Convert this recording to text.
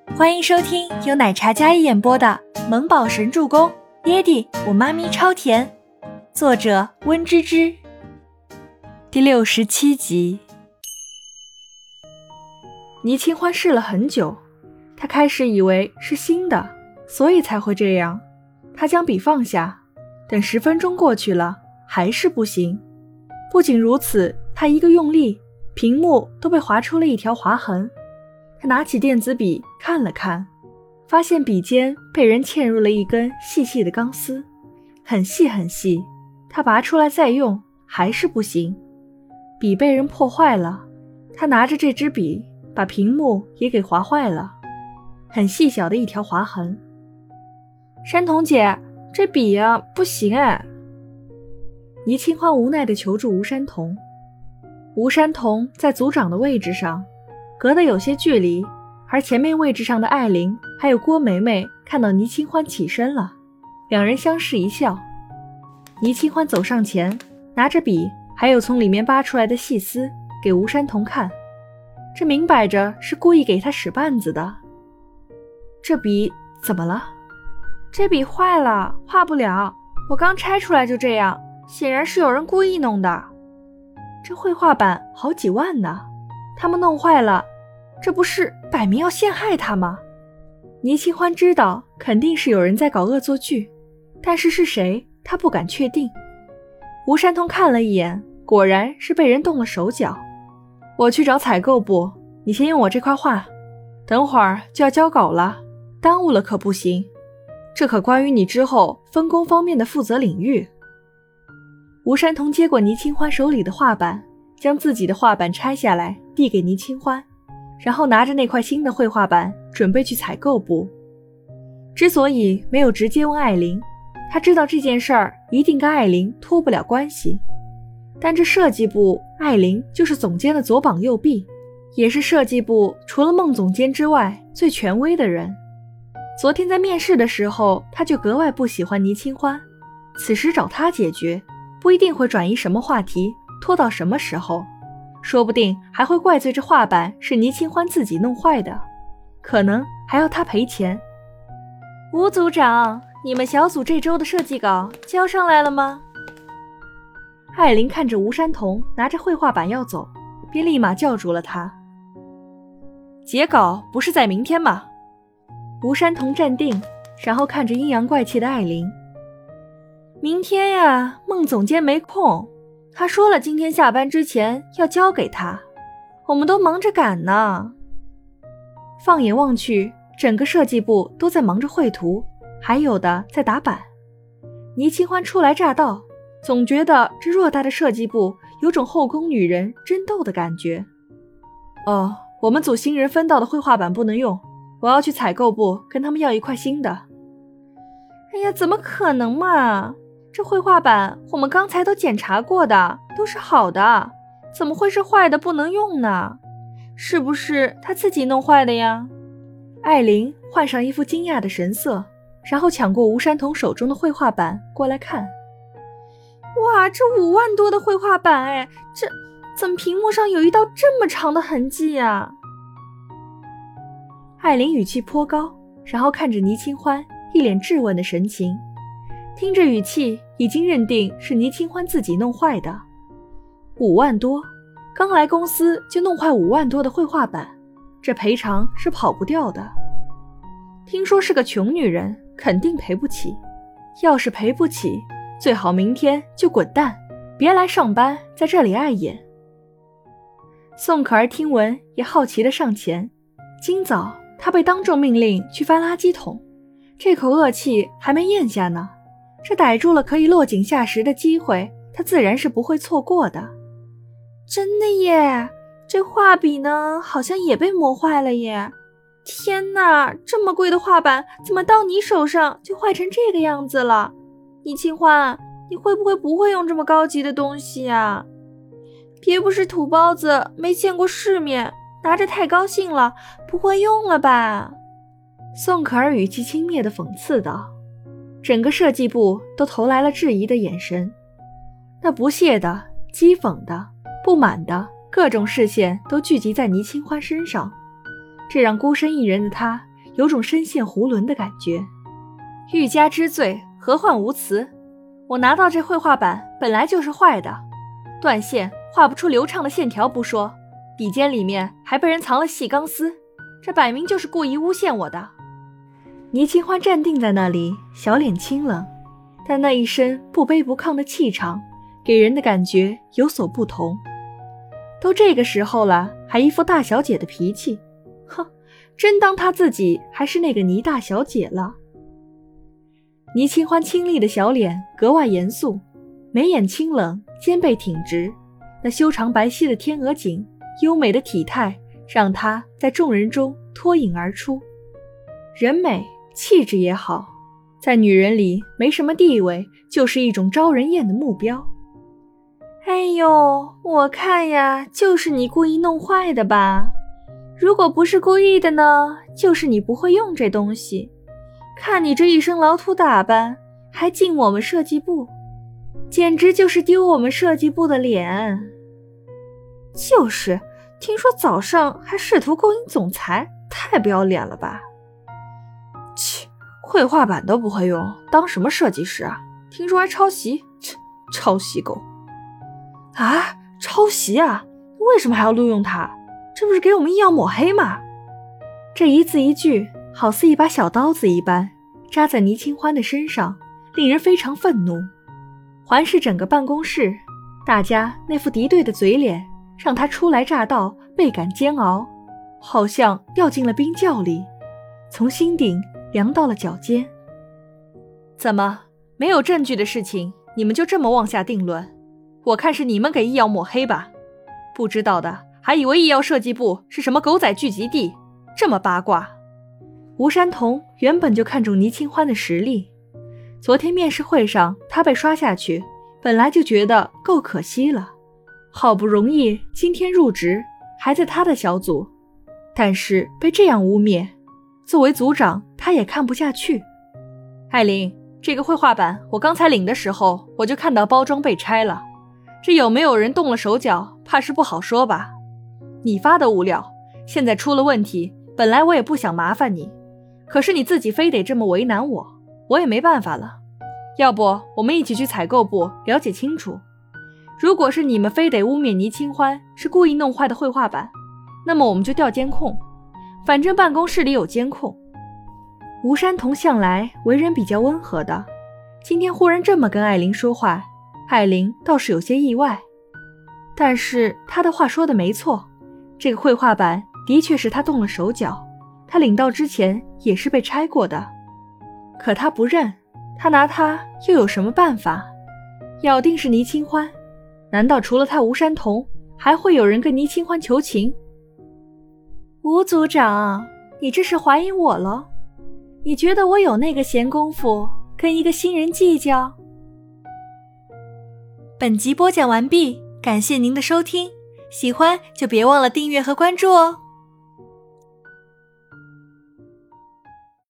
欢迎收听由奶茶嘉一演播的《萌宝神助攻》，爹地我妈咪超甜，作者温芝芝。第67集。倪清欢试了很久，他开始以为是新的，所以才会这样。他将笔放下，等10分钟过去了，还是不行。不仅如此，他一个用力，屏幕都被划出了一条划痕。他拿起电子笔看了看，发现笔尖被人嵌入了一根细细的钢丝，很细很细。他拔出来再用，还是不行。笔被人破坏了，他拿着这支笔把屏幕也给划坏了，很细小的一条划痕。山童姐，这笔啊不行哎。倪清欢无奈地求助吴山童。吴山童在组长的位置上，隔得有些距离，而前面位置上的艾琳还有郭梅梅看到倪清欢起身了，两人相视一笑。倪清欢走上前，拿着笔还有从里面扒出来的细丝给吴山童看，这明摆着是故意给他使绊子的。这笔怎么了？这笔坏了，画不了，我刚拆出来就这样，显然是有人故意弄的。这绘画板好几万呢，他们弄坏了，这不是摆明要陷害他吗？倪清欢知道肯定是有人在搞恶作剧，但是是谁他不敢确定。吴山童看了一眼，果然是被人动了手脚。我去找采购部，你先用我这块画，等会儿就要交稿了，耽误了可不行，这可关于你之后分工方面的负责领域。吴山童接过倪清欢手里的画板，将自己的画板拆下来递给倪清欢，然后拿着那块新的绘画板准备去采购部。之所以没有直接问艾琳，他知道这件事儿一定跟艾琳脱不了关系，但这设计部艾琳就是总监的左膀右臂，也是设计部除了孟总监之外最权威的人。昨天在面试的时候，他就格外不喜欢倪清欢，此时找他解决不一定会转移什么话题，拖到什么时候，说不定还会怪罪这画板是倪清欢自己弄坏的，可能还要他赔钱。吴组长，你们小组这周的设计稿交上来了吗？艾琳看着吴山童拿着绘画板要走，便立马叫住了他。截稿不是在明天吗？吴山童站定，然后看着阴阳怪气的艾琳。明天呀，孟总监没空，他说了今天下班之前要交给他，我们都忙着赶呢。放眼望去，整个设计部都在忙着绘图，还有的在打板。倪清欢初来乍到，总觉得这偌大的设计部有种后宫女人争斗的感觉。我们组新人分到的绘画板不能用，我要去采购部跟他们要一块新的。哎呀，怎么可能嘛，这绘画板我们刚才都检查过的，都是好的，怎么会是坏的不能用呢？是不是他自己弄坏的呀？艾琳换上一副惊讶的神色，然后抢过吴山童手中的绘画板过来看。哇，这5万多的绘画板哎，这怎么屏幕上有一道这么长的痕迹呀？艾琳语气颇高，然后看着倪清欢，一脸质问的神情。听着语气，已经认定是倪清欢自己弄坏的。5万多，刚来公司就弄坏5万多的绘画板，这赔偿是跑不掉的。听说是个穷女人，肯定赔不起。要是赔不起，最好明天就滚蛋，别来上班，在这里碍眼。宋可儿听闻也好奇地上前，今早她被当众命令去翻垃圾桶，这口恶气还没咽下呢，这逮住了可以落井下石的机会，她自然是不会错过的。真的耶，这画笔呢好像也被磨坏了耶。天哪，这么贵的画板怎么到你手上就坏成这个样子了？倪清欢，你会不会用这么高级的东西啊？别不是土包子没见过世面，拿着太高兴了，不会用了吧？宋可儿语气轻蔑地讽刺道。整个设计部都投来了质疑的眼神，那不屑的、讥讽的、不满的各种视线都聚集在倪清欢身上，这让孤身一人的他有种身陷囫囵的感觉。欲加之罪，何患无辞？我拿到这绘画板本来就是坏的，断线画不出流畅的线条不说，笔尖里面还被人藏了细钢丝，这摆明就是故意诬陷我的。倪清欢站定在那里，小脸清冷，但那一身不卑不亢的气场给人的感觉有所不同。都这个时候了，还一副大小姐的脾气，哼，真当她自己还是那个倪大小姐了。倪清欢清丽的小脸格外严肃，眉眼清冷，肩背挺直，那修长白皙的天鹅颈，优美的体态让她在众人中脱颖而出。人美，气质也好，在女人里没什么地位，就是一种招人厌的目标。哎呦，我看呀，就是你故意弄坏的吧？如果不是故意的呢，就是你不会用这东西。看你这一身老土打扮，还进我们设计部，简直就是丢我们设计部的脸。就是，听说早上还试图勾引总裁，太不要脸了吧？切，绘画板都不会用，当什么设计师啊？听说还抄袭，切，抄袭狗！啊，抄袭啊？为什么还要录用他？这不是给我们异样抹黑吗？这一字一句好似一把小刀子一般扎在倪清欢的身上，令人非常愤怒。环视整个办公室，大家那副敌对的嘴脸让他初来乍到倍感煎熬，好像掉进了冰窖里，从心顶凉到了脚尖。怎么，没有证据的事情你们就这么妄下定论？我看是你们给医药抹黑吧，不知道的还以为医药设计部是什么狗仔聚集地，这么八卦。吴山童原本就看中倪清欢的实力，昨天面试会上他被刷下去，本来就觉得够可惜了，好不容易今天入职，还在他的小组，但是被这样污蔑，作为组长他也看不下去。艾琳，这个绘画板我刚才领的时候我就看到包装被拆了，这有没有人动了手脚，怕是不好说吧。你发的物料现在出了问题，本来我也不想麻烦你，可是你自己非得这么为难我，我也没办法了。要不我们一起去采购部了解清楚，如果是你们非得污蔑倪清欢是故意弄坏的绘画板，那么我们就调监控，反正办公室里有监控。吴山童向来为人比较温和的，今天忽然这么跟艾琳说话，艾琳倒是有些意外。但是他的话说的没错，这个绘画板的确是他动了手脚，他领到之前也是被拆过的，可他不认，他拿他又有什么办法？咬定是倪清欢，难道除了他吴山童，还会有人跟倪清欢求情？吴组长，你这是怀疑我了？你觉得我有那个闲工夫跟一个新人计较？本集播讲完毕，感谢您的收听，喜欢就别忘了订阅和关注哦。